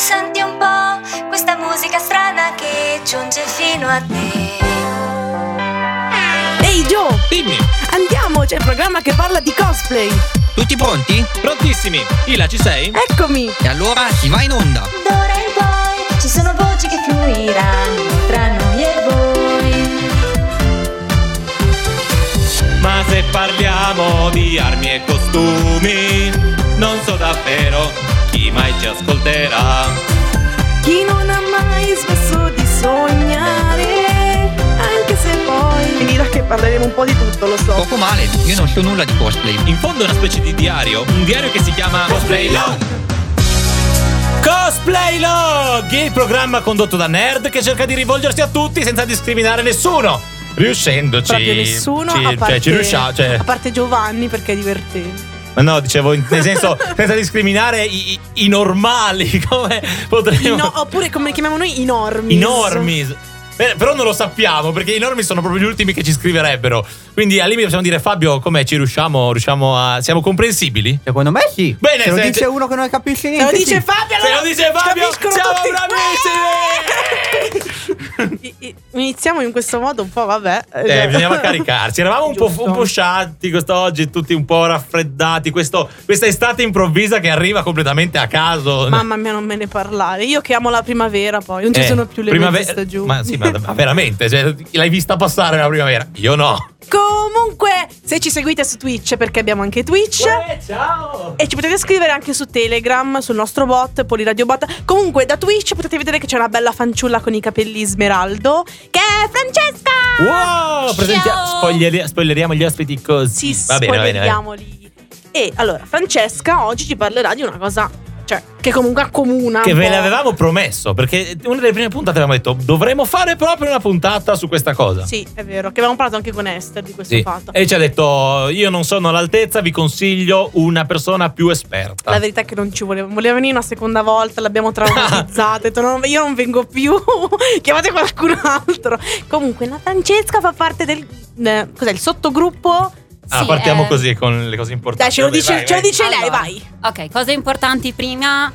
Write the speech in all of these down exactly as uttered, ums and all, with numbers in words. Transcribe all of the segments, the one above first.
Senti un po' questa musica strana che giunge fino a te. Ehi Joe, Dimmi. andiamo, c'è il programma che parla di cosplay. Tutti pronti? Prontissimi. Ila, ci sei? Eccomi. E allora si va in onda. D'ora in poi ci sono voci che fluiranno tra noi e voi. Ma se parliamo di armi e costumi, non so davvero chi mai ci ascolterà. Chi non ha mai smesso di sognare, anche se poi finirà che parleremo un po' di tutto, lo so. Poco male, io non so nulla di cosplay. In fondo è una specie di diario, un diario che si chiama Cosplay Log. Cosplay Log, il programma condotto da nerd che cerca di rivolgersi a tutti senza discriminare nessuno, riuscendoci. Proprio nessuno, ci, a parte, cioè, ci riusciamo, cioè. a parte Giovanni, perché è divertente. Ma no, dicevo, nel senso, senza discriminare i, i, i normali, come potremmo... I no, oppure come li chiamiamo noi, i normis. I normis. Eh, però non lo sappiamo, perché i normis sono proprio gli ultimi che ci scriverebbero. Quindi al limite possiamo dire, Fabio, com'è? Ci riusciamo, riusciamo a... Siamo comprensibili? Secondo me sì. Bene, se lo se- dice uno che non capisce Se niente. lo dice sì. Fabio, Se allora lo dice Fabio, capiscono siamo tutti. bravissimi! I- i- Iniziamo in questo modo un po', vabbè. Eh, bisognava caricarci. Eravamo un po', Giusto. un po' sciatti quest'oggi, tutti un po' raffreddati. Questo, questa estate improvvisa che arriva completamente a caso. Mamma mia, non me ne parlare. Io che amo la primavera, poi non ci Eh, sono più le primavera- mezze stagioni. Ma sì, ma, ma veramente, cioè, l'hai vista passare la primavera? Io no. Comunque, se ci seguite su Twitch, perché abbiamo anche Twitch, Eh, ciao! e ci potete scrivere anche su Telegram, sul nostro bot, Poliradio Bot. Comunque, da Twitch potete vedere che c'è una bella fanciulla con i capelli smeraldo, che è Francesca! Wow! Presentia- Ciao! spoglieri- spoileriamo gli ospiti così. Sì, va bene, va bene, va bene. spoileriamoli. E allora, Francesca oggi ci parlerà di una cosa, cioè, che comunque accomuna Che un ve po'. l'avevamo promesso, perché una delle prime puntate avevamo detto dovremmo fare proprio una puntata su questa cosa. Sì, è vero, che avevamo parlato anche con Esther di questo Sì. fatto. E ci ha detto io non sono all'altezza, vi consiglio una persona più esperta. La verità è che non ci voleva. Voleva venire una seconda volta, l'abbiamo traumatizzata. Ha detto, "No, io non vengo più. Chiamate qualcun altro." Comunque, la Francesca fa parte del. eh, cos'è? Il sottogruppo. Ah, Sì, partiamo eh. così con le cose importanti. Dai, ce lo Vabbè, dice, vai, ce lo vai. dice lei, Allora. vai. Ok, cose importanti prima.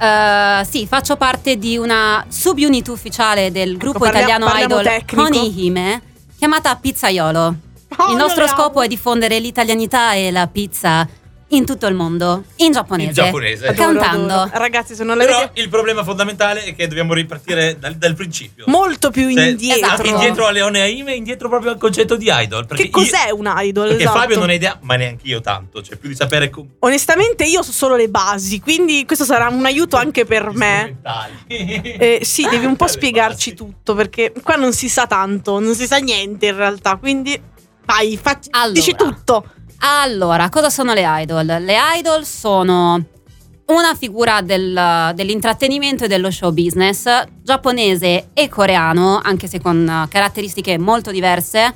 eh, sì, faccio parte di una subunit ufficiale del gruppo parlia- italiano parliamo idol tecnico. Honeyhime, chiamata Pizzaiolo. Oh, Il nostro lo amo. scopo è diffondere l'italianità e la pizza in tutto il mondo, in giapponese. In giapponese. Adoro, Cantando. adoro. Ragazzi, se non la Però vedete, il problema fondamentale è che dobbiamo ripartire dal, dal principio. molto più Cioè, indietro. anche indietro alle Oneaime, indietro proprio al concetto di idol. Perché Che cos'è io- un idol? Perché esatto. Fabio non ha idea, ma neanche io tanto. Cioè, più di sapere com- Onestamente, io so solo le basi, quindi questo sarà un aiuto anche per gli me. strumentali. Eh, sì, devi un po' Le spiegarci basi. tutto, perché qua non si sa tanto, non si sa niente in realtà, quindi vai, facci, Allora. dici tutto. Allora, cosa sono le idol? Le idol sono una figura del- dell'intrattenimento e dello show business giapponese e coreano, anche se con eh, caratteristiche molto diverse,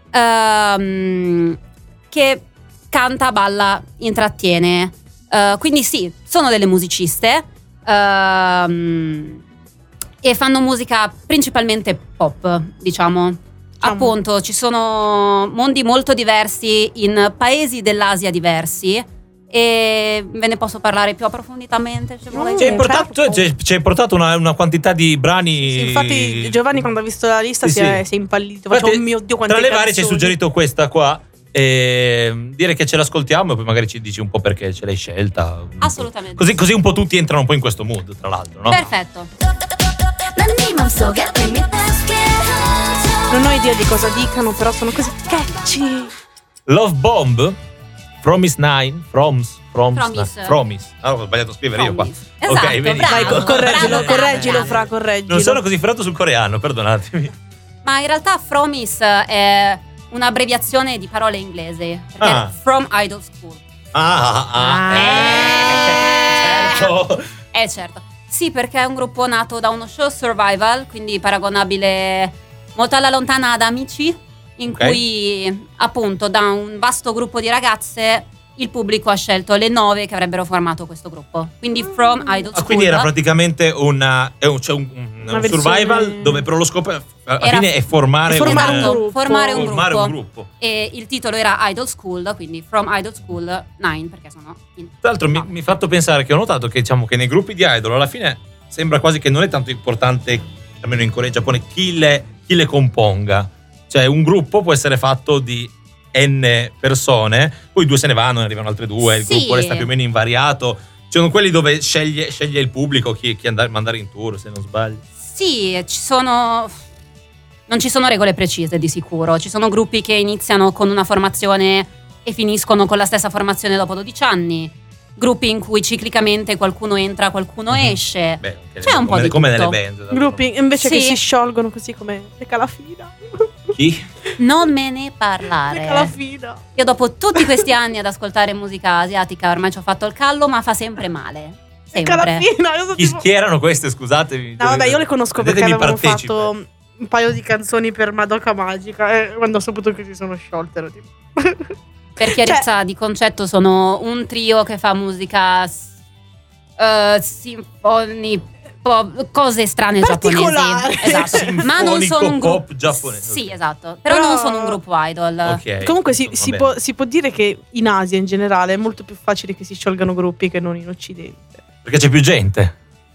ehm, che canta, balla, intrattiene. Eh, quindi sì, sono delle musiciste ehm, e fanno musica principalmente pop, diciamo. Appunto, ci sono mondi molto diversi in paesi dell'Asia diversi e ve ne posso parlare più approfonditamente se volete. Ci hai portato, certo. ci hai- ci hai portato una, una quantità di brani. Sì, infatti Giovanni quando ha visto la lista Sì, si, è, sì. si è impallito, faceva, Infatti, oh mio Dio quante tra le varie ci hai canzoni. suggerito questa qua. E dire che ce l'ascoltiamo e poi magari ci dici un po' perché ce l'hai scelta. Un po'. Assolutamente. Così, così un po' tutti entrano un po' in questo mood, tra l'altro, no? Perfetto. Non ho idea di cosa dicano, però sono così catchy. Love Bomb, Promise Nine, Froms, Froms, Promise. Promise. Ah, ho sbagliato a scrivere io qua. Promise. Esatto, ok, vedi. bravo. Dai, co- correggilo, bravo, correggilo, bravo. fra, correggilo. Non sono così ferrato sul coreano, perdonatemi. Ma in realtà Fromis è un'abbreviazione di parole inglesi, perché Ah. è From Idol School. Ah, ah, Eh. eh, certo. Eh certo. Sì, perché è un gruppo nato da uno show survival, quindi paragonabile molto alla lontana ad Amici, in Ok. cui appunto da un vasto gruppo di ragazze il pubblico ha scelto le nove che avrebbero formato questo gruppo. Quindi From Idol School. Ah, quindi era praticamente una, è un, cioè un, un- Una un versione- dove però però lo scopo è- alla Era- fine è formare, è formare un, un Esatto, gruppo. formare un formare gruppo. un gruppo. E il titolo era Idol School, quindi From Idol School nine, perché sono in... Tra l'altro mi, mi ha fatto pensare che ho notato che diciamo che nei gruppi di idol alla fine sembra quasi che non è tanto importante, almeno in Corea e Giappone, chi le, chi le componga. Cioè un gruppo può essere fatto di n persone, poi due se ne vanno, ne arrivano altre due, il Sì. gruppo resta più o meno invariato. Ci sono quelli dove sceglie, sceglie il pubblico chi, chi andare, mandare in tour, se non sbaglio. Sì, ci sono. Non ci sono regole precise di sicuro. Ci sono gruppi che iniziano con una formazione e finiscono con la stessa formazione dopo dodici anni. Gruppi in cui ciclicamente qualcuno entra, qualcuno Mhm. esce. Beh, che C'è ne- un po' come, di come tutto. nelle band. d'altro Gruppi invece che Sì. si sciolgono così come le Calafina. modo. Chi? Non me ne Le parlare. Calafina. Io dopo tutti questi anni ad ascoltare musica asiatica ormai ci ho fatto il callo, ma fa sempre male. Le Sempre. Calafina. Io sono Chi, tipo- chi erano queste, scusatemi? No, vabbè, io le conosco perché Vedetemi avevano partecipe. fatto un paio di canzoni per Madoka Magica e quando ho saputo che si sono sciolte ero tipo... Per chiarezza di concetto sono un trio che fa musica s- eh, sinfoni, po- cose strane Particolare. giapponesi. Esatto. Ma non Sinfonico sono un gruppo pop giapponese. Sì, Ok. esatto. Però, Però- non sono un gruppo idol. Ok. Comunque si, Va si bene. può, si può dire che in Asia in generale è molto più facile che si sciolgano gruppi che non in Occidente. Perché c'è più gente.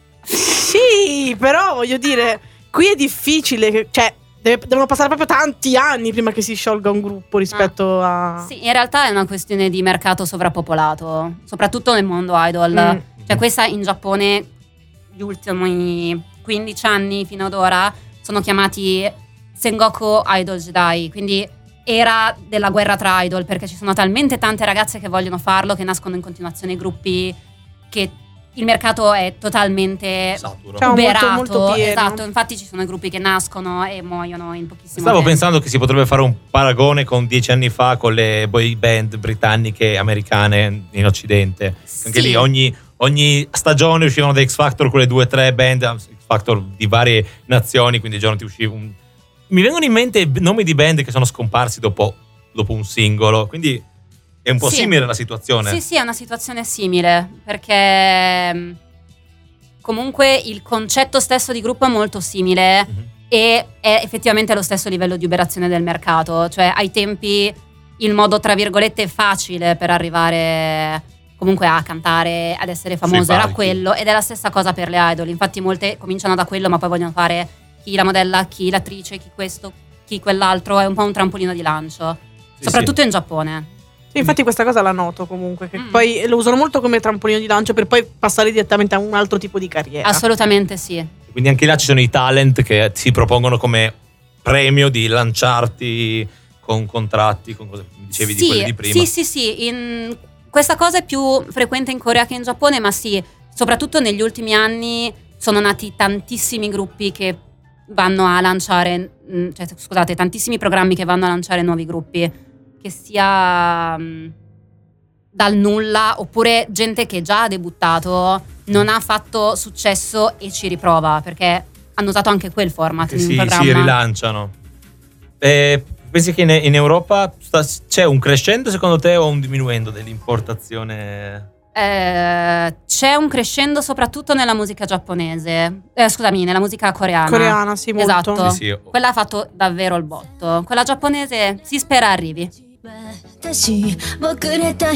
Sì, però voglio dire, qui è difficile, che- cioè deve- devono passare proprio tanti anni prima che si sciolga un gruppo rispetto a... Sì, in realtà è una questione di mercato sovrappopolato, soprattutto nel mondo idol. Mm. Cioè questa in Giappone gli ultimi quindici anni fino ad ora sono chiamati Sengoku Idol Jedi, quindi era della guerra tra idol, perché ci sono talmente tante ragazze che vogliono farlo che nascono in continuazione gruppi che il mercato è totalmente Saturo. Ciao. molto, uberato. molto pieno. Esatto, infatti ci sono gruppi che nascono e muoiono in pochissimo Stavo tempo. pensando che si potrebbe fare un paragone con dieci anni fa con le boy band britanniche e americane in Occidente. Anche Sì. lì ogni, ogni stagione uscivano da X Factor quelle due o tre band, X Factor di varie nazioni, quindi giorno ti usciva un... Mi vengono in mente nomi di band che sono scomparsi dopo, dopo un singolo, quindi è un po' Sì. simile la situazione. Sì, sì, è una situazione simile, perché mh, comunque il concetto stesso di gruppo è molto simile Mhm. e è effettivamente lo stesso livello di uberazione del mercato. Cioè ai tempi il modo tra virgolette facile per arrivare comunque a cantare, ad essere famoso Sui era palchi. quello, ed è la stessa cosa per le idol. Infatti molte cominciano da quello, ma poi vogliono fare chi la modella, chi l'attrice, chi questo, chi quell'altro. È un po' un trampolino di lancio, Sì, soprattutto in Giappone. Sì, infatti questa cosa la noto comunque, che Mm. poi lo usano molto come trampolino di lancio per poi passare direttamente a un altro tipo di carriera. Assolutamente sì. Quindi anche là ci sono i talent che si propongono come premio di lanciarti con contratti, con cosa dicevi di quelli di prima. Sì, sì, sì. In- Questa cosa è più frequente in Corea che in Giappone, ma sì, soprattutto negli ultimi anni sono nati tantissimi gruppi che vanno a lanciare, mh, cioè scusate, tantissimi programmi che vanno a lanciare nuovi gruppi, che sia mh, dal nulla, oppure gente che già ha debuttato, non ha fatto successo e ci riprova, perché hanno usato anche quel format Che in un si, programma. si rilanciano. Eh, pensi che in, in Europa sta- c'è un crescendo secondo te o un diminuendo dell'importazione? Eh, c'è un crescendo soprattutto nella musica giapponese, eh, scusami, nella musica coreana. Coreana, sì, molto. Esatto. Sì, sì. Quella ha fatto davvero il botto. Quella giapponese si spera arrivi. 私遅れたい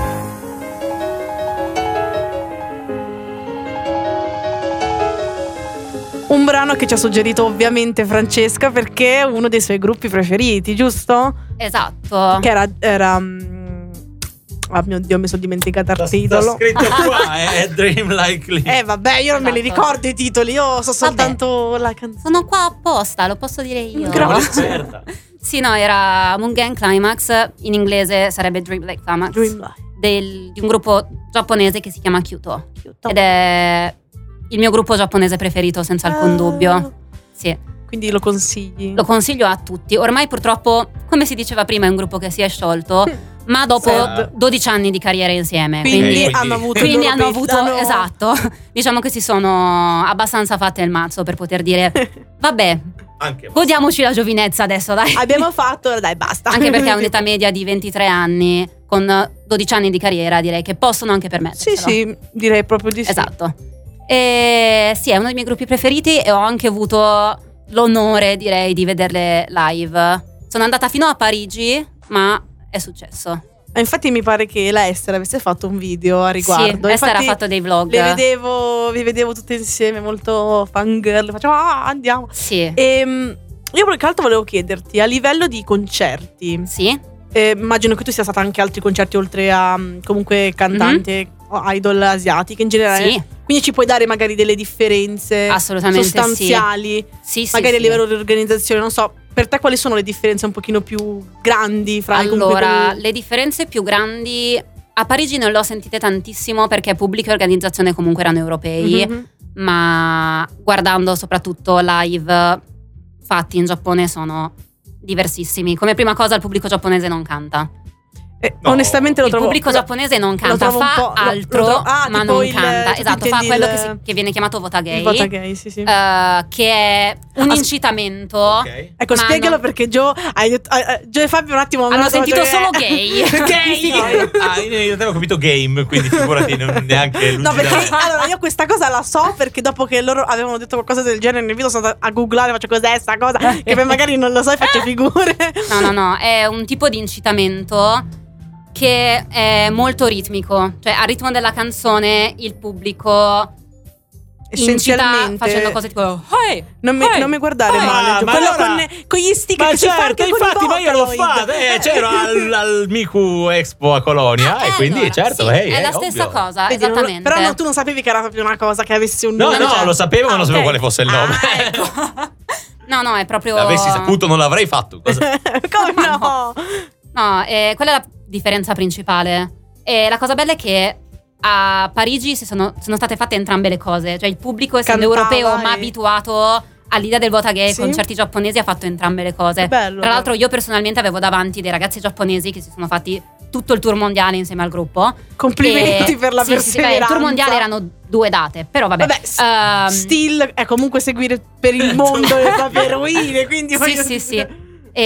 Un brano che ci ha suggerito ovviamente Francesca perché è uno dei suoi gruppi preferiti, giusto? Esatto. Che era... era mm, ah mio Dio, mi sono dimenticata il Sta, sta titolo. scritto qua, eh, è Dream Like Lee. Eh vabbè, io non me li Esatto. ricordo i titoli, io so soltanto la canzone. Sono qua apposta, lo posso dire io. Grazie. Siamo l'esperta. Sì, no, era Mugen Climax, in inglese sarebbe Dream Like Climax, Dream Life. del- di un gruppo giapponese che si chiama Kyuto. Cute. Ed è il mio gruppo giapponese preferito, senza alcun Ah, dubbio. Sì. Quindi lo consigli? Lo consiglio a tutti. Ormai purtroppo, come si diceva prima, è un gruppo che si è sciolto, ma dopo Sad. dodici anni di carriera insieme. Quindi, Quindi, quindi- hanno avuto il quindi loro hanno pe- avuto, hanno- esatto, diciamo che si sono abbastanza fatte il mazzo per poter dire, vabbè, Anche godiamoci la giovinezza adesso, dai. Abbiamo fatto, dai, basta. Anche perché ha un'età media di ventitré anni, con dodici anni di carriera, direi che possono anche Sì, permetterselo. sì, direi proprio di sì. Esatto. E sì, è uno dei miei gruppi preferiti e ho anche avuto l'onore, direi, di vederle live. Sono andata fino a Parigi, ma è successo. Eh, Infatti mi pare che la Esther avesse fatto un video a riguardo. Sì, Esther ha Infatti fatto dei vlog. Le vedevo, vi vedevo tutte insieme, molto fangirl. Facevo, ah, andiamo. Sì. Ehm, io per che altro volevo chiederti, a livello di concerti, Sì. eh, immagino che tu sia stata anche a altri concerti oltre a mm, comunque cantante o idol asiatiche in generale. Sì. Quindi ci puoi dare magari delle differenze Assolutamente sì. sostanziali, Sì, sì, magari sì. a livello di organizzazione, non so. Per te quali sono le differenze un pochino più grandi fra comunque Allora, quelli- le differenze più grandi a Parigi non le ho sentite tantissimo perché pubblico e organizzazione comunque erano europei, Mhm. ma guardando soprattutto live fatti in Giappone sono diversissimi. Come prima cosa il pubblico giapponese non canta. Eh, No. Onestamente lo Il trovo pubblico giapponese non lo canta, trovo un fa po'- lo- lo altro trovo- ah, ma tipo non il- canta. tu Esatto, fa intendi quello il- che, si- che viene chiamato vota gay, il vota gay, sì, sì. eh, che è un As- incitamento. Ok. Ecco, ma spiegalo non- perché Gio, hai detto, ah, ah, Gio e Fabio un attimo Hanno hanno sentito fatto- solo gay. Gay! No, io, ah, io io avevo capito game, quindi figurati, non neanche No, perché lucidamente. allora io questa cosa la so perché dopo che loro avevano detto qualcosa del genere nel video sono andata a googlare, faccio cos'è sta cosa, che poi magari non lo so e faccio figure. No, no, no, è un tipo di incitamento che è molto ritmico. Cioè, al ritmo della canzone il pubblico incita Essenzialmente facendo cose tipo hey, non mi, hey, non mi guardare hey. male, Gio. ma Quello allora- con, con gli sticker Ma che si fa certo, anche con i infatti, ma io l'ho Vocaloid. fatto, eh, c'ero al, al Miku Expo a Colonia Ah, e eh, quindi allora, certo, sì, ehi, è eh, la stessa ovvio. cosa, Vedi, non- esattamente. però no, tu non sapevi che era proprio una cosa che avesse un No, nome. no, cioè- lo sapevo, ma Ah, non sapevo ok. quale fosse il nome. Ah, ecco. No, no, è proprio L'avessi saputo non l'avrei fatto. Cosa? Come no? No, eh, quella è la differenza principale. E la cosa bella è che a Parigi si sono, sono state fatte entrambe le cose. Cioè il pubblico, essendo Cantava europeo ma e- abituato all'idea del vota gay ai Sì. concerti giapponesi, ha fatto entrambe le cose. Bello, Tra l'altro bello. io personalmente avevo davanti dei ragazzi giapponesi che si sono fatti tutto il tour mondiale insieme al gruppo. Complimenti E- per la sì, sì, sì, beh, il perseveranza. tour mondiale erano due date, però vabbè. Vabbè, s- Ehm, still è comunque seguire per il mondo le proprie eroine, quindi sì, voglio sì, dire- sì.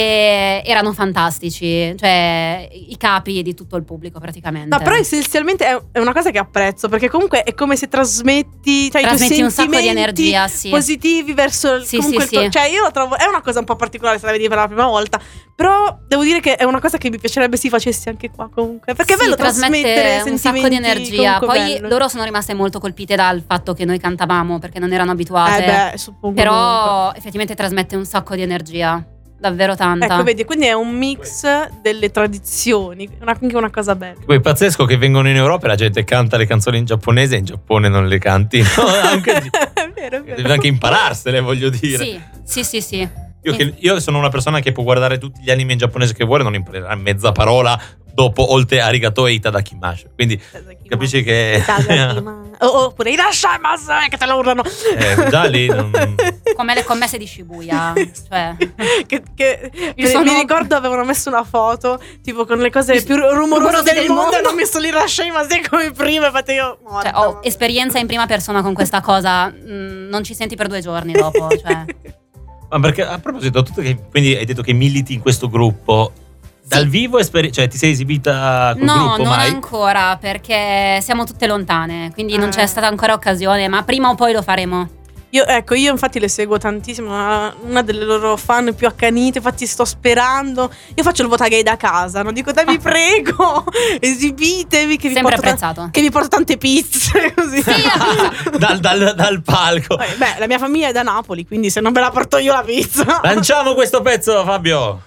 E erano fantastici, cioè i capi di tutto il pubblico praticamente. No, però essenzialmente è, è una cosa che apprezzo, perché comunque è come se trasmetti, cioè, Trasmetti i tuoi un sacco di sentimenti energia, sì. positivi verso il, Sì, comunque sì, il tuo- sì. cioè io lo trovo, è una cosa un po' particolare se la vedi per la prima volta, però devo dire che è una cosa che mi piacerebbe si facessi anche qua comunque, perché è Sì, bello trasmette trasmettere un sacco di sentimenti, energia. comunque Poi bello. loro sono rimaste molto colpite dal fatto che noi cantavamo perché non erano abituate. Eh beh, suppongo. Però effettivamente trasmette un sacco di energia, davvero tanta. Ecco, vedi, quindi è un mix delle tradizioni, una- anche una cosa bella. Poi è pazzesco che vengono in Europa e la gente canta le canzoni in giapponese e in Giappone non le canti. No, anche, È vero, è vero. devi anche impararsele, voglio dire. Sì, sì, sì, sì. Io, che- io sono una persona che può guardare tutti gli anime in giapponese che vuole, non imparerà mezza parola dopo oltre arigato e itadakimasu. Quindi capisci che Oh, oppure irashimasu, che te lo urlano. eh, già lì non... Come le commesse di Shibuya. Cioè, che, che- Io che sono- mi ricordo avevano messo una foto tipo con le cose più rumorose rumorose del, del mondo, mondo. e hanno messo l'irashimasu come prima, infatti io morta. cioè, ho esperienza in prima persona con questa cosa. mm, non ci senti per due giorni dopo. Cioè. Ma perché a proposito, tu che, quindi hai detto che militi in questo gruppo. Dal vivo, esperi- cioè ti sei esibita col No, gruppo non mai? ancora, perché siamo tutte lontane, quindi non Ah. c'è stata ancora occasione, ma prima o poi lo faremo. Io, ecco, io infatti le seguo tantissimo, una, una delle loro fan più accanite, infatti sto sperando. Io faccio il vota gay da casa, non dico dai vi prego, esibitevi che vi, Sempre porto ta- apprezzato. che vi porto tante pizze, così. dal, dal- dal palco. Beh, beh, la mia famiglia è da Napoli, quindi se non ve la porto io la pizza. Lanciamo questo pezzo, Fabio.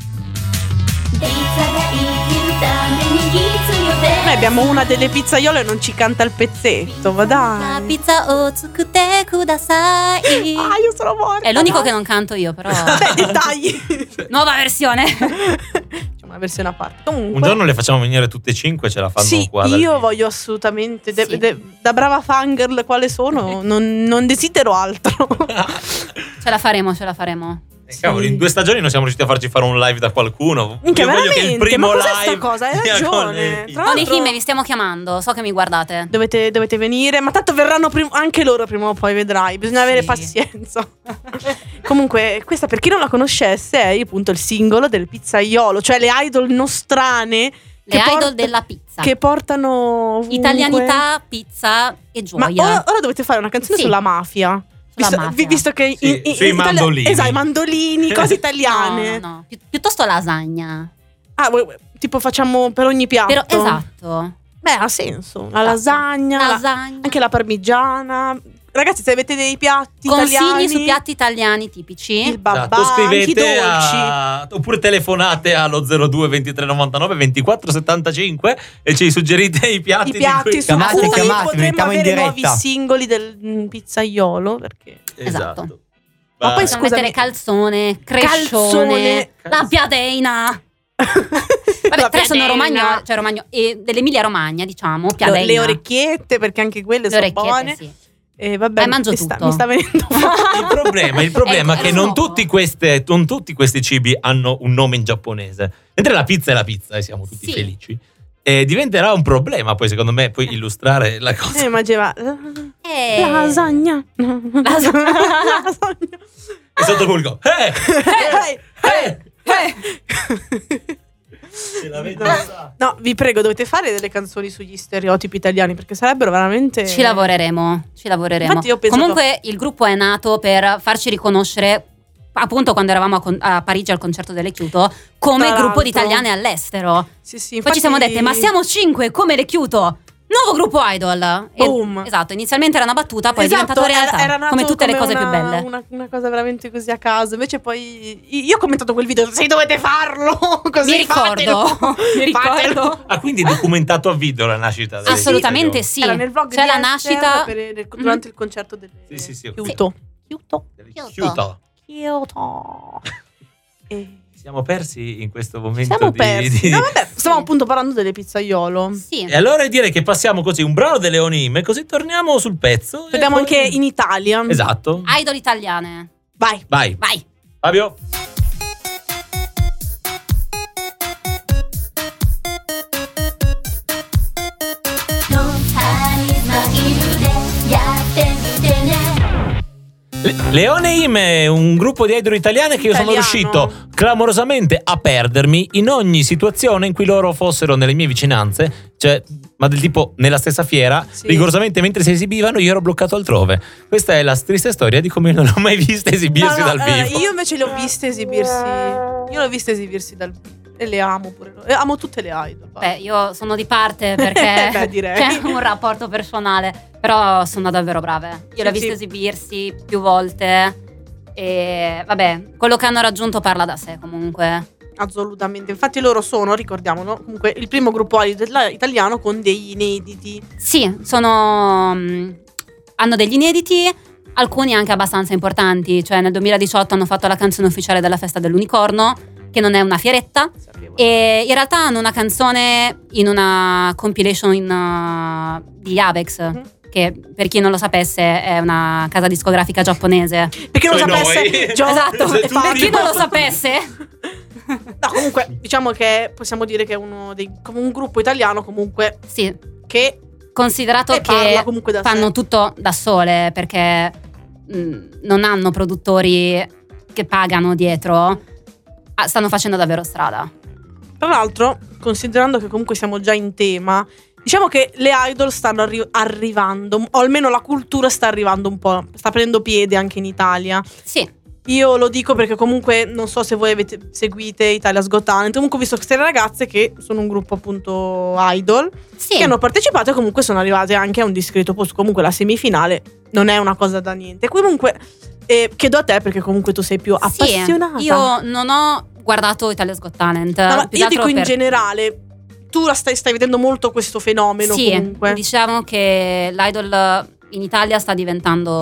Noi abbiamo una delle pizzaiole e non ci canta il pezzetto, ma dai. pizza o tsukute kudasai. Ah, io sono morta. È l'unico che non canto io, però. Beh, dettagli. Nuova versione. C'è una versione a parte. Comunque, Un giorno le facciamo venire tutte e cinque, ce la fanno sì, qua. dal io vivo. voglio assolutamente, de- Sì. de- da brava fangirl quale sono, non, non desidero altro. Ce la faremo, ce la faremo. Eh, cavolo, in due stagioni non siamo riusciti a farci fare un live da qualcuno. Minchia, Io voglio che il veramente? primo Ma cos'è live sta cosa? Hai sia con ragione. le- Tra l'altro- Onihime, vi stiamo chiamando, so che mi guardate. Dovete, dovete venire, ma tanto verranno prim- anche loro prima o poi, vedrai. Bisogna avere Sì. pazienza. Comunque, questa per chi non la conoscesse è appunto il singolo del pizzaiolo, cioè le idol nostrane. Le che idol port- della pizza. Che portano ovunque. Italianità, pizza e Ma gioia. ora, ora dovete fare una canzone Sì. sulla mafia. Sulla Visto, mafia. vi- visto che Sì, in, in, sui in Italia- mandolini. esatto, i mandolini, cose italiane. No, no, no. Pi- piuttosto lasagna. Ah, vuoi- tipo facciamo per ogni piatto. Però, esatto. Beh, ha senso. La lasagna, La la- lasagna. anche la parmigiana. Ragazzi, se avete dei piatti Consigli italiani, su piatti italiani tipici. il babà, Esatto, anche i scrivete dolci. a, oppure telefonate allo zero due ventitré novantanove ventiquattro settantacinque e ci suggerite i piatti, I piatti di cui su Chiamate, cui chiamate, potremmo mettiamo in avere diretta. nuovi singoli del mm, pizzaiolo, perché Esatto. Ma Vai. poi Possiamo scusami. mettere calzone, crescione, Calzone. la piadena. Vabbè, La tre sono piadena. romagno, cioè romagno e dell'Emilia Romagna, diciamo, piadena. le orecchiette, perché anche quelle Le sono orecchiette, buone. sì. E vabbè, Eh, mangio mi sta, tutto. mi sta venendo fame. Il problema, il problema Ecco, è che è non nuovo. tutti, queste, non tutti questi cibi hanno un nome in giapponese. Mentre la pizza è la pizza e siamo tutti Sì. felici. E diventerà un problema poi, secondo me, poi illustrare la cosa. Eh, mangiava Eh. lasagna. Lasagna. Lasagna. E sotto il pubblico. Eh! Eh, Eh! eh. Ce l'avete fatta? No, vi prego, dovete fare delle canzoni sugli stereotipi italiani, perché sarebbero veramente. Ci lavoreremo, ci lavoreremo. Infatti io penso Comunque il gruppo è nato per farci riconoscere, appunto quando eravamo a, con- a Parigi al concerto delle Chiuto, come Tra gruppo di l'altro. italiane all'estero. Sì, sì, Poi infatti- ci siamo dette, ma siamo cinque come le Chiuto. Nuovo gruppo idol. E- Boom. esatto, inizialmente era una battuta, poi Esatto, è diventato realtà. era- era nato come tutte le come cose più una- belle. Una, una cosa veramente così a caso. Invece poi io ho commentato quel video, se dovete farlo, così Mi ricordo, fatelo. mi Fatelo. ricordo. Ah, quindi è documentato a video la nascita delle Assolutamente Chiuto. sì. Era nel vlog C'è di la Esther nascita. per- nel- durante il concerto delle Sì, sì, sì, ok. Chiuto. Chiuto. Delle Chiuto. Chiuto. Chiuto. E Siamo persi in questo momento siamo di, persi. di- No, vabbè, stavamo appunto parlando delle pizzaiolo. Sì. E allora direi che passiamo così un brano delle Onime, così torniamo sul pezzo. e Vediamo poi- anche in Italia. Esatto. Idol italiane. Vai. Vai, Vai. Fabio. Le- Leone Ime, un gruppo di idol italiane che io sono Italiano. riuscito clamorosamente a perdermi in ogni situazione in cui loro fossero nelle mie vicinanze, cioè, ma del tipo nella stessa fiera, Sì. rigorosamente mentre si esibivano io ero bloccato altrove. Questa è la triste storia di come non l'ho mai vista esibirsi No, no, dal allora, vivo. io invece le ho viste esibirsi. Io le ho viste esibirsi dal vivo. E le amo pure. E amo tutte le idol. Beh, io sono di parte perché Beh, direi. c'è un rapporto personale, però sono davvero brave. Io Sì, le ho viste sì. esibirsi più volte e vabbè, quello che hanno raggiunto parla da sé comunque. Assolutamente. Infatti loro sono, ricordiamolo, comunque il primo gruppo idol italiano con degli inediti. Sì, sono mh, hanno degli inediti, alcuni anche abbastanza importanti, cioè nel duemiladiciotto hanno fatto la canzone ufficiale della festa dell'unicorno, che non è una fieretta. E in realtà hanno una canzone in una compilation in, uh, di Avex, Mhm. che per chi non lo sapesse è una casa discografica giapponese. Perché non lo Cioè sapesse, noi. Gio- Esatto, se è tu per chi facile. non lo sapesse. No, comunque, diciamo che possiamo dire che è uno dei come un gruppo italiano comunque Sì, che considerato e parla che comunque da fanno sé. tutto da sole perché mh, non hanno produttori che pagano dietro, ah, stanno facendo davvero strada. Tra l'altro, considerando che comunque siamo già in tema, diciamo che le idol stanno arri- arrivando, o almeno la cultura sta arrivando un po', sta prendendo piede anche in Italia. Sì, Io lo dico perché comunque non so se voi avete seguite Italia's Got Talent. Comunque ho visto queste ragazze che sono un gruppo appunto idol sì. che hanno partecipato e comunque sono arrivate anche a un discreto posto. Comunque la semifinale non è una cosa da niente. Comunque eh, chiedo a te perché comunque tu sei più Sì, appassionata. io non ho guardato Italia's Got Talent. No, ma più io che dico altro in per- generale, tu la stai, stai vedendo molto questo fenomeno Sì, comunque. diciamo che l'idol in Italia sta diventando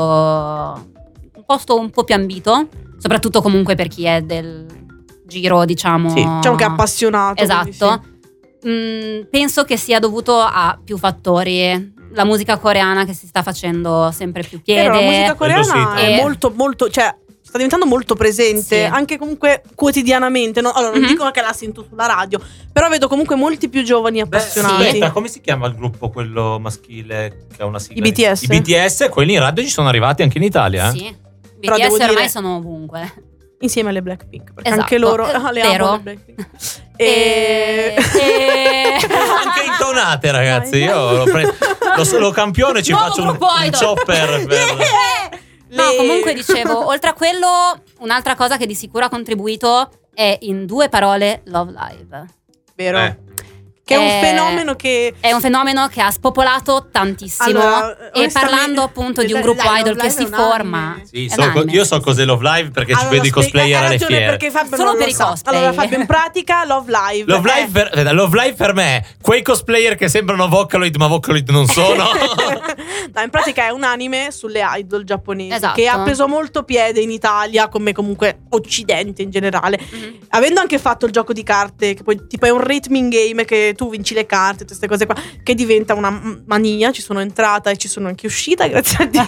un posto un po' più ambito, soprattutto comunque per chi è del giro, diciamo. Sì, diciamo che è appassionato. quindi Esatto. Mm, penso che sia dovuto a più fattori. La musica coreana che si sta facendo sempre più sì. piede. Però la musica Quello coreana sì, è eh. molto, molto, cioè sta diventando molto presente, Sì. anche comunque quotidianamente. No? Allora, non Mhm. dico che la sento sulla radio, però vedo comunque molti più giovani appassionati. Aspetta, come si chiama il gruppo quello maschile che ha una sigla? I B T S? I B T S, quelli in radio ci sono arrivati anche in Italia. eh? Sì. Però B T S devo ormai dire- sono ovunque. Insieme alle Blackpink, perché Esatto. anche loro Eh, ah, le vero. amo le Blackpink. E... E... e- Anche intonate, ragazzi. Io lo, pre- lo, lo campione ci Nuovo faccio un, gruppo un idol. chopper per... No, Le- comunque dicevo, oltre a quello, un'altra cosa che di sicuro ha contribuito è in due parole Love Live. vero. Eh. Che è un Eh, fenomeno che È un fenomeno che ha spopolato tantissimo. Allora, e onestamente, parlando appunto di un Love gruppo Live idol che è si un forma. anime. Sì, È so un co- anime. io so cos'è Love Live perché ci Allora, vedo i spiega- cosplayer hai alle ragione, fiere. perché Fabio Solo non per lo i sa. cosplay. Allora Fabio, in pratica Love Live Love è- Live, per, aspetta, Love Live per me è quei cosplayer che sembrano Vocaloid ma Vocaloid non sono. No, in pratica è un anime sulle idol giapponesi Esatto. che ha preso molto piede in Italia, come comunque occidente in generale. Mhm. Avendo anche fatto il gioco di carte, che poi tipo è un rhythming game che tu vinci le carte, tutte queste cose qua, che diventa una m- mania. Ci sono entrata e ci sono anche uscita, grazie a Dio.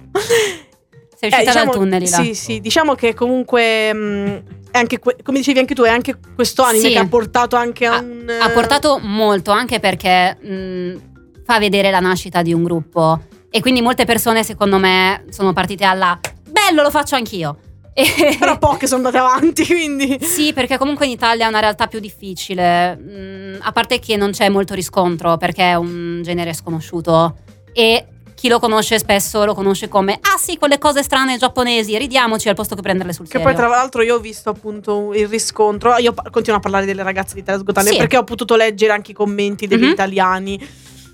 Sei uscita Eh, diciamo- dal tunnel là. Sì, sì, diciamo che comunque mh, è anche que- come dicevi anche tu, è anche questo anime Sì. che ha portato anche a Ha- un Ha portato molto, anche perché mh, fa vedere la nascita di un gruppo. E quindi molte persone, secondo me, sono partite alla bello, lo faccio anch'io. E- però poche sono andate avanti, quindi Sì, perché comunque in Italia è una realtà più difficile. Mm, a parte che non c'è molto riscontro perché è un genere sconosciuto. E chi lo conosce spesso lo conosce come ah sì, quelle cose strane giapponesi, ridiamoci al posto che prenderle sul Che serio. poi tra l'altro io ho visto appunto il riscontro. Io pa- continuo a parlare delle ragazze di Terra Sgotane Sì. perché ho potuto leggere anche i commenti degli Mhm. italiani.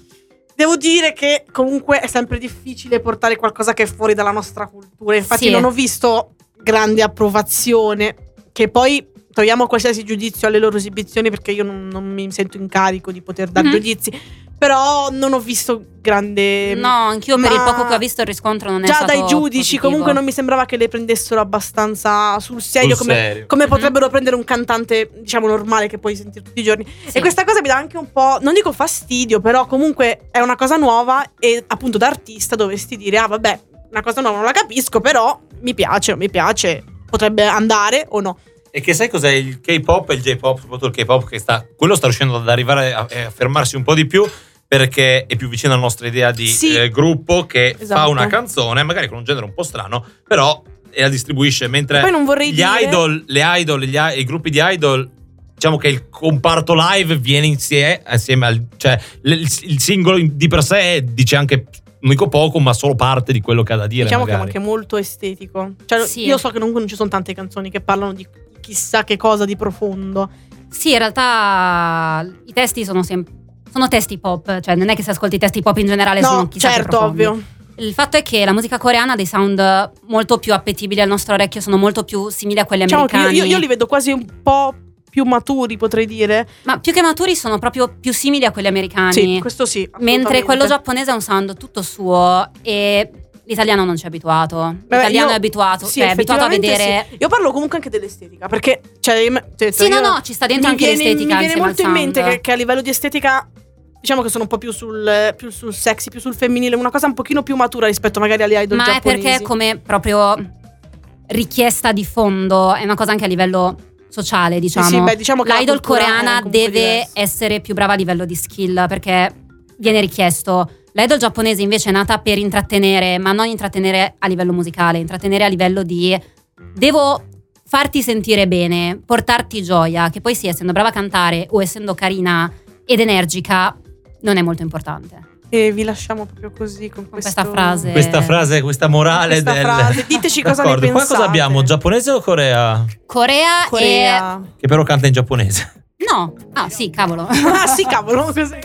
Devo dire che comunque è sempre difficile portare qualcosa che è fuori dalla nostra cultura. Infatti Sì. non ho visto grande approvazione, che poi togliamo qualsiasi giudizio alle loro esibizioni perché io non, non mi sento in carico di poter dare Mhm. giudizi. Però non ho visto grande... No, anch'io per ma il poco che ho visto il riscontro non è già stato dai giudici positivo. comunque non mi sembrava che le prendessero abbastanza sul serio, Sul come, serio. come Mhm. potrebbero prendere un cantante diciamo normale che puoi sentire tutti i giorni. Sì. E questa cosa mi dà anche un po', non dico fastidio, però comunque è una cosa nuova e appunto da artista dovresti dire ah vabbè, una cosa nuova non la capisco, però mi piace o mi piace, potrebbe andare o no. E che sai cos'è il K-pop e il J-pop, soprattutto il K-pop che sta, quello sta riuscendo ad arrivare a, a fermarsi un po' di più perché è più vicino alla nostra idea di Sì. eh, gruppo che fa Esatto. una canzone, magari con un genere un po' strano, però e la distribuisce, mentre E poi non vorrei gli dire- idol, le idol, gli i, i gruppi di idol, diciamo che il comparto live viene insieme, assieme al, cioè il, il singolo di per sé dice anche non dico poco, ma solo parte di quello che ha da dire. Diciamo che è magari. anche molto estetico. Cioè, Sì. io so che non, non ci sono tante canzoni che parlano di chissà che cosa di profondo. Sì, in realtà i testi sono sempre sono testi pop, cioè non è che se ascolti i testi pop in generale sono No, chissà che certo, profondi. ovvio. Il fatto è che la musica coreana ha dei sound molto più appetibili al nostro orecchio, sono molto più simili a quelli Diciamo che io, americani. io, io li vedo quasi un po' più maturi, potrei dire. Ma più che maturi sono proprio più simili a quelli americani. Sì, questo sì. Mentre assolutamente. quello giapponese ha un sound tutto suo e l'italiano non ci è abituato. Vabbè, L'italiano io- è abituato, sì, cioè è abituato a effettivamente vedere. sì. Io parlo comunque anche dell'estetica, perché cioè, io- cioè, Sì, no, io- no, ci sta dentro mi anche viene, l'estetica Mi viene insieme molto al in mente sound. che, che a livello di estetica, diciamo che sono un po' più sul, più sul sexy, più sul femminile, una cosa un pochino più matura rispetto magari alle idol Ma è giapponesi. perché come proprio richiesta di fondo, è una cosa anche a livello sociale, diciamo. sì, beh, diciamo che la L'idol cultura è coreana comunque deve diversa. essere più brava a livello di skill perché viene richiesto. L'idol giapponese invece è nata per intrattenere, ma non intrattenere a livello musicale, intrattenere a livello di devo farti sentire bene, portarti gioia, che poi sì, essendo brava a cantare o essendo carina ed energica non è molto importante. E vi lasciamo proprio così con, Con questo- questa frase. Questa frase, questa morale Questa del... frase. Diteci cosa ne D'accordo, qua cosa pensate. abbiamo? Giapponese o Corea? Corea, Corea. Che però canta in giapponese. e no, ah sì, cavolo. Ah sì, cavolo, così.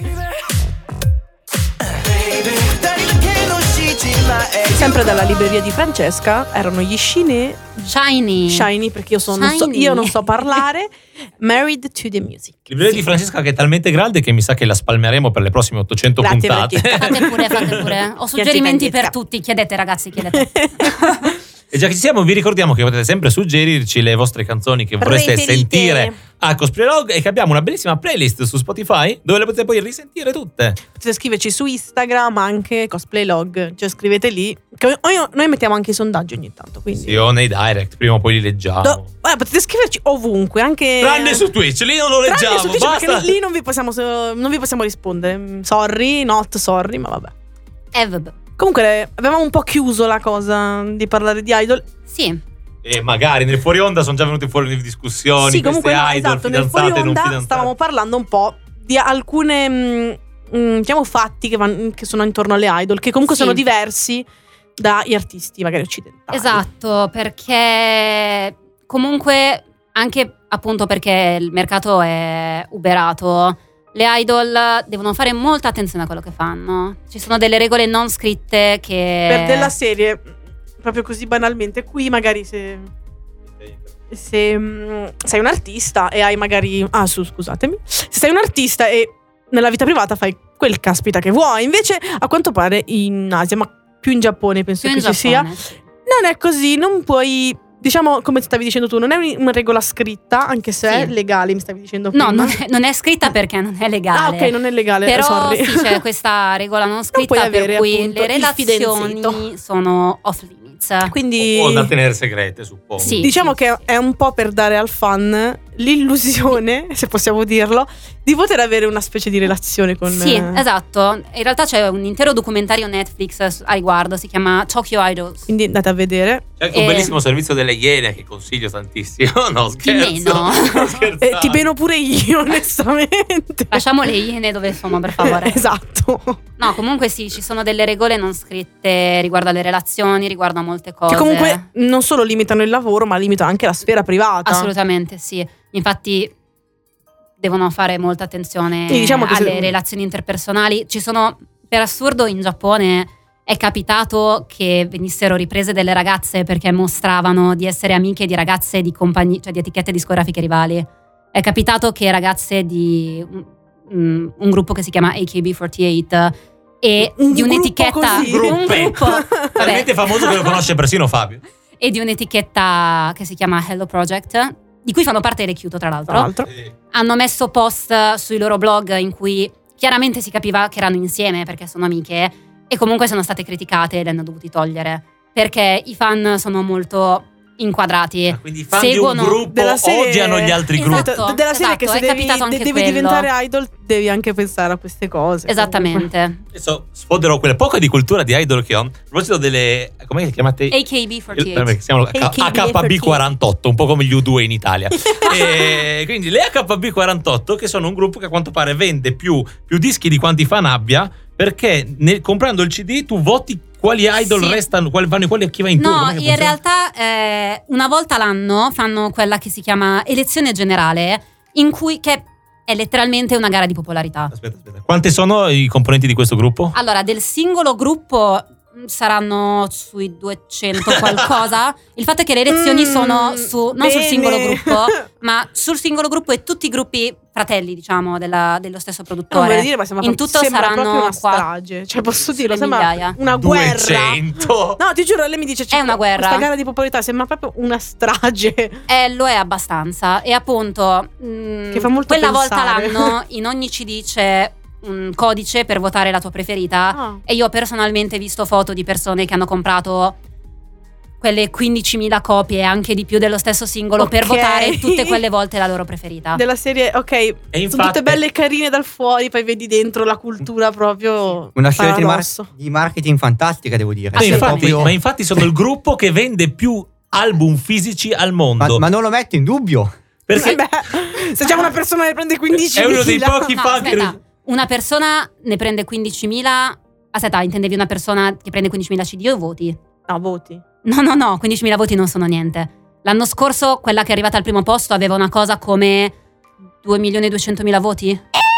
Sempre dalla libreria di Francesca erano gli Shine Shiny. Shiny, perché io, sono, non so, Shiny. io non so parlare. Married to the Music. Libreria di Francesca che è talmente grande che mi sa che la spalmeremo per le prossime ottocento Grazie, puntate. Francesca. Fate pure, fate pure. Ho suggerimenti per tutti. Chiedete, ragazzi, chiedete. E già che ci siamo, vi ricordiamo che potete sempre suggerirci le vostre canzoni che vorreste Preferite. sentire a Cosplay Log e che abbiamo una bellissima playlist su Spotify dove le potete poi risentire tutte. Potete scriverci su Instagram anche Cosplay Log, cioè scrivete lì. Che noi, noi mettiamo anche i sondaggi ogni tanto, quindi. Sì, o nei direct, prima o poi li leggiamo. Do- guarda, potete scriverci ovunque, anche Tranne su Twitch, lì non lo Tranne leggiamo, su Twitch, basta. perché lì, lì non vi possiamo non vi possiamo rispondere. Mm, Sorry, not sorry, ma vabbè. Eh, vabbè. Comunque avevamo un po' chiuso la cosa di parlare di idol. Sì. E magari nel fuori onda sono già venute fuori le discussioni, Sì, comunque queste no, idol, esatto, nel fidanzate, fuori non onda fidanzate. stavamo parlando un po' di alcune mm, mm, diciamo fatti che, van- che sono intorno alle idol, che comunque Sì. sono diversi dagli artisti magari occidentali. Esatto, perché comunque anche appunto perché il mercato è uberato, le idol devono fare molta attenzione a quello che fanno. Ci sono delle regole non scritte che... Per della serie, proprio così banalmente, qui magari se... Se mm, sei un artista e hai magari... Ah, su, scusatemi. Se sei un artista e nella vita privata fai quel caspita che vuoi. Invece, a quanto pare, in Asia, ma più in Giappone penso Più che in ci sia, Giappone, sì. non è così, non puoi... Diciamo, come stavi dicendo tu, non è un- una regola scritta, anche se Sì. è legale, mi stavi dicendo No, prima. non è, non è scritta perché non è legale. Ah, ok, non è legale, Però sorry. sì, c'è questa regola non puoi scritta avere, per cui appunto, le il relazioni fidanzito. sono off limits. Quindi O da tenere segrete, suppongo. Sì. diciamo che è un po' per dare al fan l'illusione, se possiamo dirlo, di poter avere una specie di relazione con... Sì, eh, esatto. In realtà c'è un intero documentario Netflix a riguardo, si chiama Tokyo Idols. Quindi andate a vedere. C'è anche un Eh, bellissimo servizio delle Iene che consiglio tantissimo. No, scherzo. meno. Sto scherzando. Eh, ti beno pure io, onestamente. Lasciamo le iene dove sono, per favore. Esatto. No, comunque sì, ci sono delle regole non scritte riguardo alle relazioni, riguardo a molte cose. Che comunque non solo limitano il lavoro, ma limitano anche la sfera privata. Assolutamente sì. Infatti devono fare molta attenzione Sì, diciamo che alle se- relazioni interpersonali. Ci sono, per assurdo, in Giappone è capitato che venissero riprese delle ragazze perché mostravano di essere amiche di ragazze di compagnie, cioè di etichette discografiche rivali. È capitato che ragazze di um, un gruppo che si chiama A K B quarantotto e Un di gruppo un'etichetta così? un Gruppetto. gruppo vabbè, Talmente famoso che lo conosce persino Fabio. e di un'etichetta che si chiama Hello Project, di cui fanno parte le Kyoto tra l'altro. Tra l'altro. Hanno messo post sui loro blog in cui chiaramente si capiva che erano insieme perché sono amiche, e comunque sono state criticate e le hanno dovuti togliere perché i fan sono molto inquadrati. Quindi i fan Seguono di un gruppo della serie- odiano gli altri Esatto. gruppi. D- della serie esatto, che se è devi, capitato anche de- devi quello. diventare idol devi anche pensare a queste cose. Esattamente. Adesso sfoderò quelle poche di cultura di idol che ho. A proposito delle... come le chiamate? A K B Il- quarantotto. perché si chiamano A K B A K B quarantotto, un po' come gli U due in Italia. E quindi le A K B quarantotto, che sono un gruppo che a quanto pare vende più, più dischi di quanti fan abbia, perché nel- comprando il C D tu voti quali idol Sì. restano, quali vanno, quali a chi va in tour. No, com'è che in funziona? realtà eh, una volta l'anno fanno quella che si chiama elezione generale, in cui che è letteralmente una gara di popolarità. Aspetta, aspetta. Quante sono i componenti di questo gruppo? Allora, del singolo gruppo mh, saranno sui duecento qualcosa. Il fatto è che le elezioni Mm, sono su, non sul bene. singolo gruppo, ma sul singolo gruppo e tutti i gruppi fratelli, diciamo, della- dello stesso Non produttore. vorrei dire, ma sembra, In proprio- tutto sembra saranno proprio una qua- strage. Cioè, posso sulle dirlo, sembra migliaia. una guerra. duecento. No, ti giuro, lei mi dice: È una guerra. Questa gara di popolarità sembra proprio una strage. Eh, lo è abbastanza. E appunto, mh, Che fa molto quella pensare. volta l'anno in ogni C D c'è un codice per votare la tua preferita. Ah. E io ho personalmente visto foto di persone che hanno comprato quelle quindicimila copie, anche di più, dello stesso singolo per Ok. votare tutte quelle volte la loro preferita. Della serie, ok, E sono infatti, tutte belle e carine dal fuori, poi vedi dentro la cultura proprio. Una scelta di, mar- paradosso. di marketing fantastica, devo dire. Ma Cioè, infatti, proprio- ma infatti sono il gruppo che vende più album fisici al ma- mondo. ma non lo metto in dubbio. perché Eh beh, se c'è una persona che prende quindici è uno dei pochi No, fan aspetta, che... una persona ne prende quindicimila. Aspetta, intendevi una persona che prende quindicimila C D o voti? No, voti. No, no, no, quindicimila voti non sono niente. L'anno scorso quella che è arrivata al primo posto aveva una cosa come due milioni e duecentomila voti.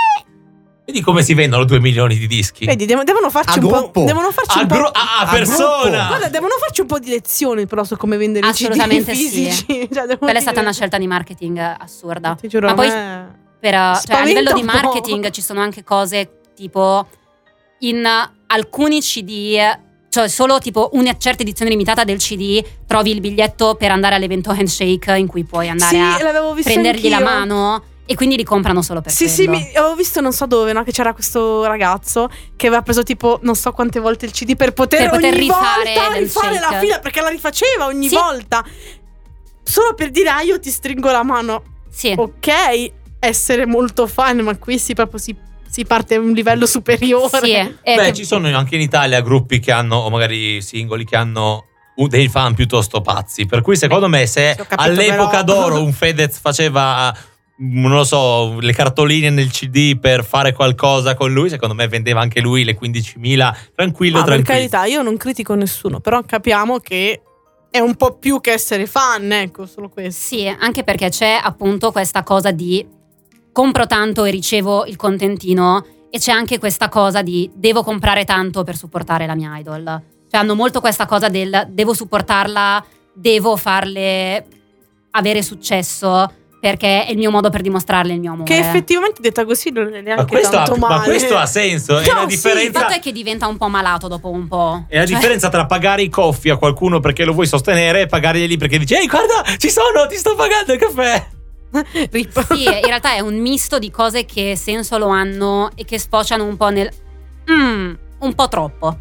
Vedi come si vendono due milioni di dischi? Vedi, devo- devono farci A un po'. gruppo. Devono farci a, un po'. gru- a- a a persona. gruppo. Guarda, devono farci un po' di lezioni però su come vendere i C D Assolutamente sì. fisici. Cioè, devo Quella è dire- stata una scelta di marketing assurda. Ti giuro, Ma a poi me- per, cioè, a spaventa livello di un po'. marketing ci sono anche cose tipo in alcuni C D, cioè solo tipo una certa edizione limitata del C D, trovi il biglietto per andare all'evento Handshake in cui puoi andare Sì, a l'avevo visto prendergli la anch'io. mano, e quindi li comprano solo per Sì, sì, quello. mi, avevo visto non so dove, no? Che c'era questo ragazzo che aveva preso tipo non so quante volte il C D per poter, Per poter ogni rifare volta rifare l'handshake. la fila, perché la rifaceva ogni Sì. volta. Solo per dire, ah, io ti stringo la mano. Sì. Ok, essere molto fan, ma qui si proprio si, si parte a un livello superiore. Sì, è- è Beh, che- ci sono anche in Italia gruppi che hanno, o magari singoli che hanno un- dei fan piuttosto pazzi. Per cui secondo me se Sì, ho capito, all'epoca però- d'oro un Fedez faceva, non lo so, le cartoline nel C D per fare qualcosa con lui, secondo me vendeva anche lui le quindicimila. Tranquillo, Ah, per tranquillo. carità, io non critico nessuno, però capiamo che è un po' più che essere fan, ecco, solo questo. Sì, anche perché c'è appunto questa cosa di compro tanto e ricevo il contentino, e c'è anche questa cosa di devo comprare tanto per supportare la mia idol. Cioè hanno molto questa cosa del devo supportarla, devo farle avere successo, perché è il mio modo per dimostrarle il mio amore. Che effettivamente detta così non è neanche Ma questo, tanto ha, male. ma questo ha senso. È No, la sì, Il differenza. fatto è che diventa un po' malato dopo un po'. È la Cioè, differenza tra pagare i coffi a qualcuno perché lo vuoi sostenere e pagargli perché dici ehi guarda ci sono, ti sto pagando il caffè. Rip. sì, in realtà è un misto di cose che senso lo hanno e che sfociano un po' nel mm, un po' troppo.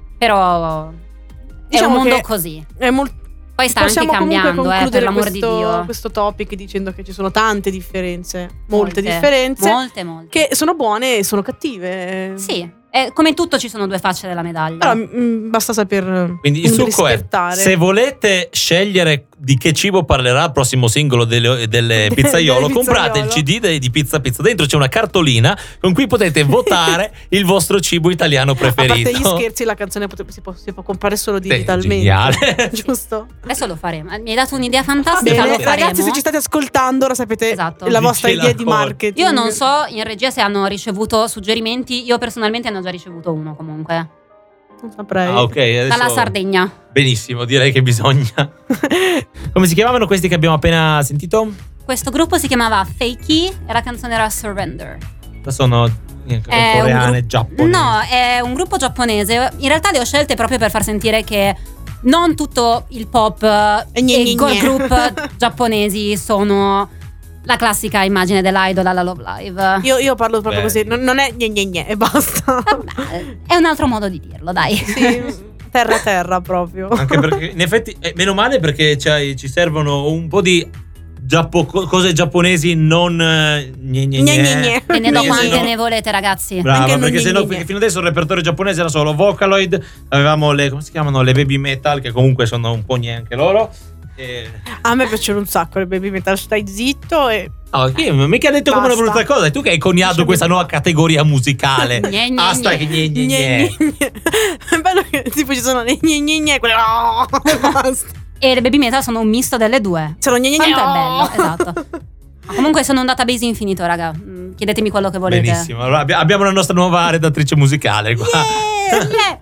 Però Diciamo è un mondo che così. È molto. Poi sta anche Possiamo comunque cambiando, eh, per concludere l'amor questo, di Dio. questo topic dicendo che ci sono tante differenze, molte, differenze, Molte, molte. che sono buone e sono cattive. Sì, è, come in tutto ci sono due facce della medaglia. Però mm, basta saper Quindi il mm, succo è: rispettare. se volete scegliere di che cibo parlerà il prossimo singolo delle, delle De- pizzaiolo, delle comprate il pizzaiolo. C D de- di Pizza Pizza. Dentro c'è una cartolina con cui potete votare il vostro cibo italiano A parte preferito. gli scherzi, la canzone pote- si, può, si può comprare solo Sì, digitalmente. geniale. Giusto? Adesso lo faremo. Mi hai dato un'idea fantastica, Bene, lo faremo. ragazzi, se ci state ascoltando, ora sapete Esatto. la vostra Dice idea la di cosa. marketing. Io non so in regia se hanno ricevuto suggerimenti. Io personalmente ne ho già ricevuto uno comunque. Non saprei. Ah, ok, adesso- Dalla Sardegna. Benissimo, direi che bisogna. Come si chiamavano questi che abbiamo appena sentito? Questo gruppo si chiamava Fakey e la canzone era Surrender. Sono eh, È un coreane, gru- giapponesi. No, è un gruppo giapponese. In realtà le ho scelte proprio per far sentire che non tutto il pop E e, gne, gne, i girl gne. group giapponesi sono la classica immagine dell'idol alla Love Live. Io, io parlo proprio Beh. così, non, non è gne gne gne e basta. Vabbè, è un altro modo di dirlo, dai. Sì, terra terra proprio. Anche perché in effetti eh, meno male perché c'hai- ci servono un po' di giappo- co- cose giapponesi non eh, gne gne Gne, gne. gne, gne. Ve ne do Perché quante sennò- ne volete, ragazzi. Brava, Anche non perché gne, sennò gne, perché gne. fino adesso il repertorio giapponese era solo Vocaloid, avevamo le come si chiamano le baby metal che comunque sono un po' gne anche loro. E... A me piacciono un sacco le baby metal, stai zitto e No, io mica ha detto come una Basta. brutta cosa, è tu che hai coniato Lasciami questa in nuova pace. categoria musicale. Gne, gne, Basta gne. che gne gne gne, gne. gne, gne. È bello che tipo ci sono le gne gne gne quelle oh, basta. E le baby metal sono un misto delle due. Sono gne gne gne Quanto è oh. bello, esatto. Ma comunque sono un database infinito, raga. Mm, Chiedetemi quello che volete. Benissimo, allora abbi- abbiamo la nostra nuova redattrice musicale qua. Yeah.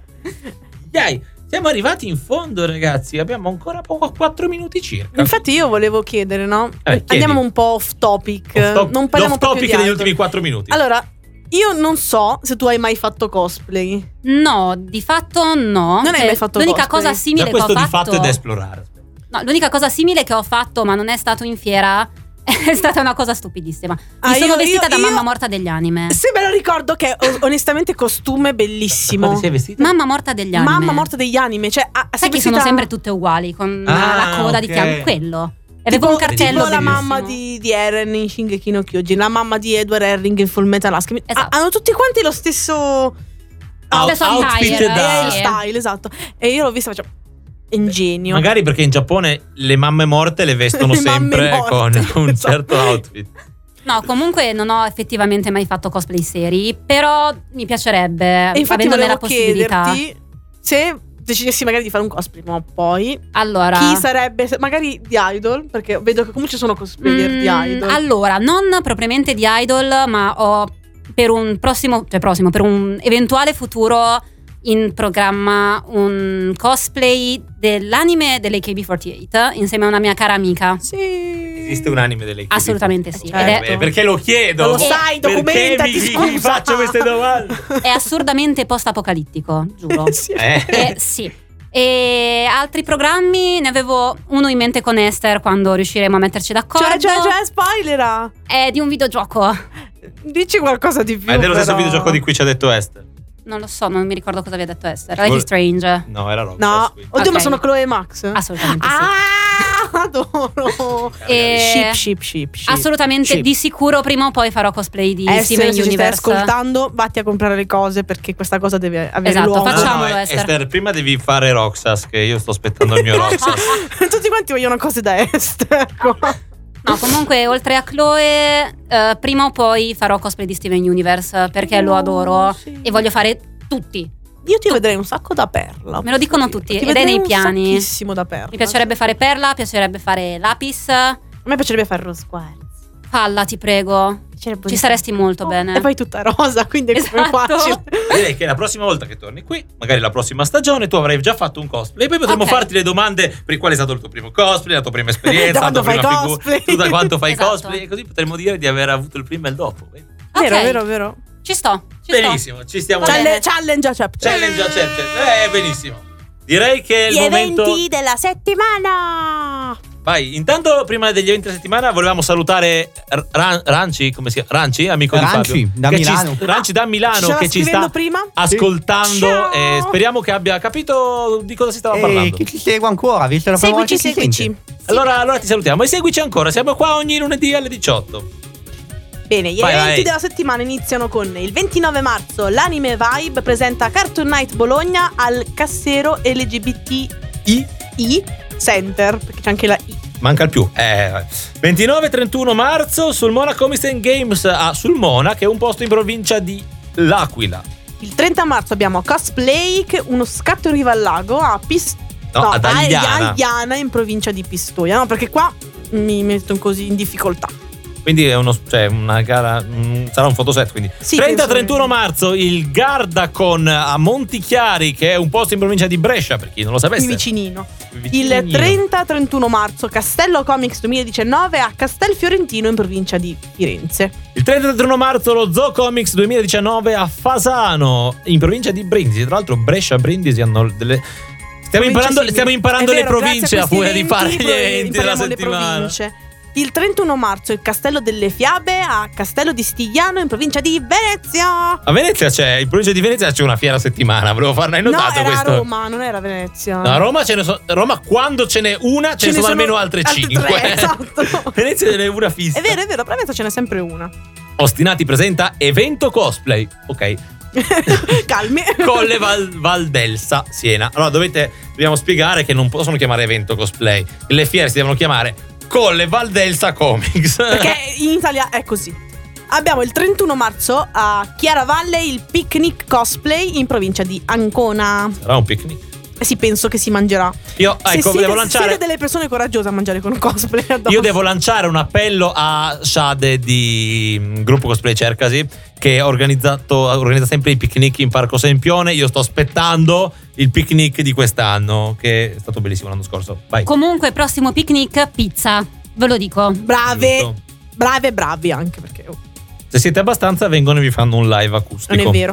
Dai, siamo arrivati in fondo, ragazzi. Abbiamo ancora poco, quattro minuti circa. Infatti io volevo chiedere, no? Eh, chiedi. Andiamo un po' off topic. Off top- Non parliamo l'off proprio topic di degli altro. ultimi quattro minuti. Allora, io non so se tu hai mai fatto cosplay. No, di fatto no. Non hai Eh, mai fatto L'unica cosplay? cosa Già simile che ho questo di fatto. fatto è da esplorare. No, l'unica cosa simile che ho fatto, ma non è stato in fiera, è stata una cosa stupidissima. Mi Ah, sono io- vestita io- da io- mamma morta degli anime. Se me lo ricordo che o- onestamente costume bellissimo. Quando sei vestita? Mamma morta degli anime. Mamma morta degli anime, cioè ah, Sai sei che sono vestita- sempre tutte uguali, con Ah, la coda di ok. fianco. Quello. E tipo, avevo un cartello tipo la bellissimo. mamma di, di Eren in Shingeki no Kyojin, la mamma di Edward Herring in Full Metal Alchemist. Ah, Esatto. hanno tutti quanti lo stesso Out- Stesso outfit attire, da- eh, sì. style, esatto. E io l'ho vista e faccio ingenio. Magari perché in Giappone le mamme morte le vestono Le mamme sempre morte, con un esatto. certo outfit. No, comunque non ho effettivamente mai fatto cosplay seri, però mi piacerebbe, E infatti avendone la volevo possibilità. chiederti se decidessi magari di fare un cosplay prima o poi, Allora, chi sarebbe, se- magari di Idol, perché vedo che comunque ci sono cosplayer Mm, di Idol. Allora, non propriamente di Idol, ma ho per un prossimo, cioè prossimo, per un eventuale futuro in programma un cosplay dell'anime dell'A K B quarantotto insieme a una mia cara amica. Sì. Esiste un anime delle Assolutamente sì. Certo. Ed è, Eh, perché lo chiedo? Non lo sai, Perché documentati, mi, scusa. mi faccio queste domande? è assurdamente post-apocalittico, giuro. Sì. Eh. Eh, sì. E altri programmi ne avevo uno in mente con Esther quando riusciremo a metterci d'accordo. Cioè, cioè, cioè, spoilera. È di un videogioco. Dici qualcosa di più. Ma è dello stesso però. videogioco di cui ci ha detto Esther? Non lo so, non mi ricordo cosa aveva detto Esther. Life Vol- is Strange. No, era Rockstar. No, Squid. oddio, Ok. ma sono Chloe e Max? Assolutamente sì. Ah, adoro. E- Ship, ship, ship, ship. Assolutamente, Ship. di sicuro prima o poi farò cosplay di Esther, Steven se ci stai Universe. ascoltando, vatti a comprare le cose perché questa cosa deve avere Esatto, luogo. No, no, facciamolo, eh, Esther. Esther, prima devi fare Roxas, che io sto aspettando il mio Roxas. Tutti quanti vogliono cose da Esther. No, comunque, oltre a Chloe, eh, prima o poi farò cosplay di Steven Universe perché lo Oh, adoro sì. e voglio fare tutti. Io ti vedrei un sacco da Perla. Me lo dicono tutti, Ti ed è vedrei nei un piani. sacchissimo da Perla. Mi piacerebbe fare Perla, piacerebbe fare Lapis. A me piacerebbe fare Rose Quartz. Falla, ti prego. Ci saresti molto bene. E poi tutta rosa, quindi è Esatto. facile. Direi che la prossima volta che torni qui, magari la prossima stagione, tu avrai già fatto un cosplay. E poi potremo Ok. farti le domande per qual è stato il tuo primo cosplay, la tua prima esperienza, Da la tua quando prima fai figura, cosplay. tu da quanto fai Esatto. cosplay. E così potremo dire di aver avuto il prima e il dopo. Vero, Ok. vero, vero. Ci sto, ci Benissimo, ci stiamo. Va bene. Challenge, challenge a chapter. Challenge a challenge. Eh, benissimo. Direi che è il Gli momento. eventi della settimana. Vai, intanto prima degli eventi della settimana volevamo salutare Ran- Ranci, come si chiama? Ranci, amico Ranci, di Fabio. da che Milano. Ci, Ranci da Milano Ci stava che ci scrivendo sta prima? ascoltando Ciao. e speriamo che abbia capito di cosa si stava E parlando. chi ci segue ancora, visto la prima volta Seguici, che si seguici. sente. Allora, allora ti salutiamo e seguici ancora, siamo qua ogni lunedì alle diciotto. Bene, gli Vai, eventi vai. della settimana iniziano con il ventinove marzo l'Anime Vibe presenta Cartoon Night Bologna al Cassero L G B T I Center, perché c'è anche la I. Manca il più. Eh, ventinove trentuno marzo sul Mona Comics and Games a Sulmona, che è un posto in provincia di L'Aquila. Il trenta marzo abbiamo Cosplay, uno scatto in riva al lago a Pis- No, ad Agliana. Agliana in provincia di Pistoia. No, perché qua mi metto così in difficoltà. Quindi è uno, cioè una gara, mm, sarà un fotoset. Quindi Sì, trenta penso trentuno che- marzo il Gardacon a Montichiari, che è un posto in provincia di Brescia, per chi non lo sapesse. Qui vicinino. Vicinino. Il trenta trentuno marzo Castello Comics duemiladiciannove a Castel Fiorentino in provincia di Firenze. Il trenta trentuno marzo lo Zoo Comics duemiladiciannove a Fasano, in provincia di Brindisi. Tra l'altro Brescia e Brindisi hanno delle... Stiamo Province imparando, simili. stiamo imparando È le vero, province grazie a questi furia di fare gli eventi, eventi della impariamo le settimana. province. Il trentuno marzo il Castello delle Fiabe a Castello di Stigliano in provincia di Venezia. A Venezia c'è, in provincia di Venezia c'è una fiera a settimana. Volevo farne No, notato era questo. a Roma, non era a Venezia. No, a Roma ce ne sono. Roma, quando ce n'è una, ce, ne sono, almeno altre altre cinque. tre, esatto. Venezia ce n'è una fissa. È vero, è vero, a Venezia ce n'è sempre una. Ostinati presenta evento cosplay. Ok. Calmi. Colle Val- Valdelsa, Siena. Allora dovete, dobbiamo spiegare che non possono chiamare evento cosplay. Le fiere si devono chiamare Colle Valdelsa Comics. Perché in Italia è così. Abbiamo il trentuno marzo a Chiaravalle il picnic cosplay in provincia di Ancona. Sarà un picnic. Eh sì, penso che si mangerà. Io, Se ecco, siete, devo se lanciare. siete delle persone coraggiose a mangiare con un cosplay addosso. Io devo lanciare un appello a Shade di mm, Gruppo Cosplay Cercasi, che ha organizzato organizza sempre i picnic in Parco Sempione. Io sto aspettando il picnic di quest'anno, che è stato bellissimo l'anno scorso. Vai. Comunque, prossimo picnic, pizza. Ve lo dico. Brave, Giusto. brave e bravi anche perché oh, Se siete abbastanza, vengono e vi fanno un live acustico. non è vero.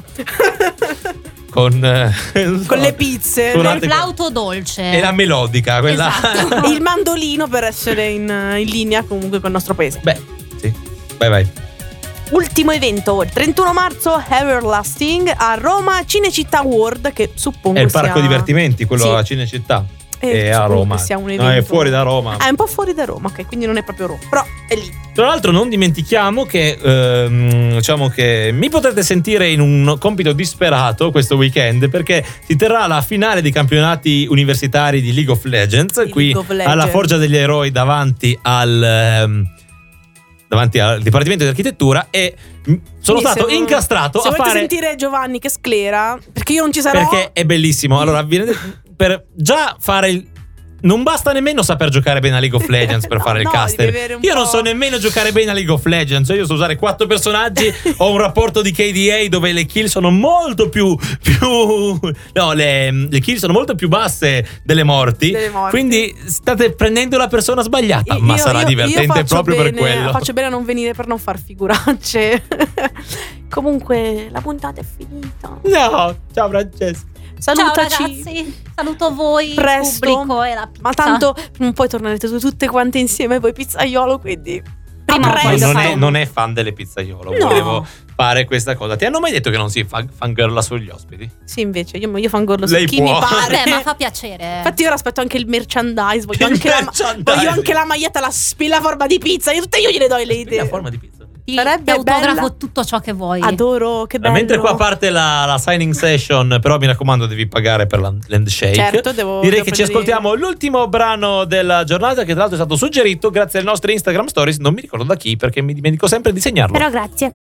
Con, eh, non so, Con le pizze. suonate Il flauto dolce. E la melodica, quella. Esatto. E il mandolino per essere in, in linea comunque con il nostro paese. Beh, sì. Vai, vai. Ultimo evento, il trentuno marzo Everlasting a Roma Cinecittà World, che suppongo È il sia... parco divertimenti, quello Sì. a Cinecittà. Eh, È a suppongo Roma. che sia un No, evento- è fuori da Roma. Ah, è un po' fuori da Roma, ok, quindi non è proprio Roma, però è lì. Tra l'altro non dimentichiamo che ehm, diciamo che mi potrete sentire in un compito disperato questo weekend, perché si terrà la finale dei campionati universitari di League of Legends Di qui League of Legends. alla Forgia degli Eroi davanti al ehm, davanti al Dipartimento di Architettura, e mm, sono Quindi stato se- incastrato Se a volete fare sentire Giovanni che sclera, perché io non ci sarò. perché è bellissimo. Allora, viene de- per già fare il. Non basta nemmeno saper giocare bene a League of Legends per No, fare il no, caster. devi avere un Io non po'- so nemmeno giocare bene a League of Legends. Io so usare quattro personaggi. Ho un rapporto di K D A dove le kill sono molto più. più no, le, le kill sono molto più basse delle morti. Delle morti. Quindi state prendendo la persona sbagliata. Io- Ma io- sarà io- divertente io faccio proprio bene, per quello. Faccio bene a non venire per non far figuracce. Comunque, la puntata è finita. No, ciao Francesca. Salutaci. Ciao ragazzi, saluto voi, il Presto. pubblico e la pizza. Ma tanto non poi tornerete tu tutte quante insieme voi pizzaiolo, quindi Prima a o poi presto. Non è, Presto. non è fan delle pizzaiolo. No. Volevo fare questa cosa. Ti hanno mai detto che non si fa fangirla sugli ospiti? Sì, invece io, io fangorlo su Lei chi può. mi pare. Vabbè, ma fa piacere. Infatti ora aspetto anche il merchandise, voglio, Il anche la, merchandise. voglio anche la maglietta, la spilla a forma di pizza, io tutte io gliele do le Quindi idee. a forma di pizza. Ti, sarebbe ti autografo bella. tutto ciò che vuoi. Adoro, che bello. Mentre qua parte la, la signing session, però mi raccomando devi pagare per la- l'handshake. Certo, devo- Direi devo che ci prendere- ascoltiamo l'ultimo brano della giornata, che tra l'altro è stato suggerito grazie alle nostre Instagram stories. Non mi ricordo da chi, perché mi dimentico sempre di segnarlo. Però grazie.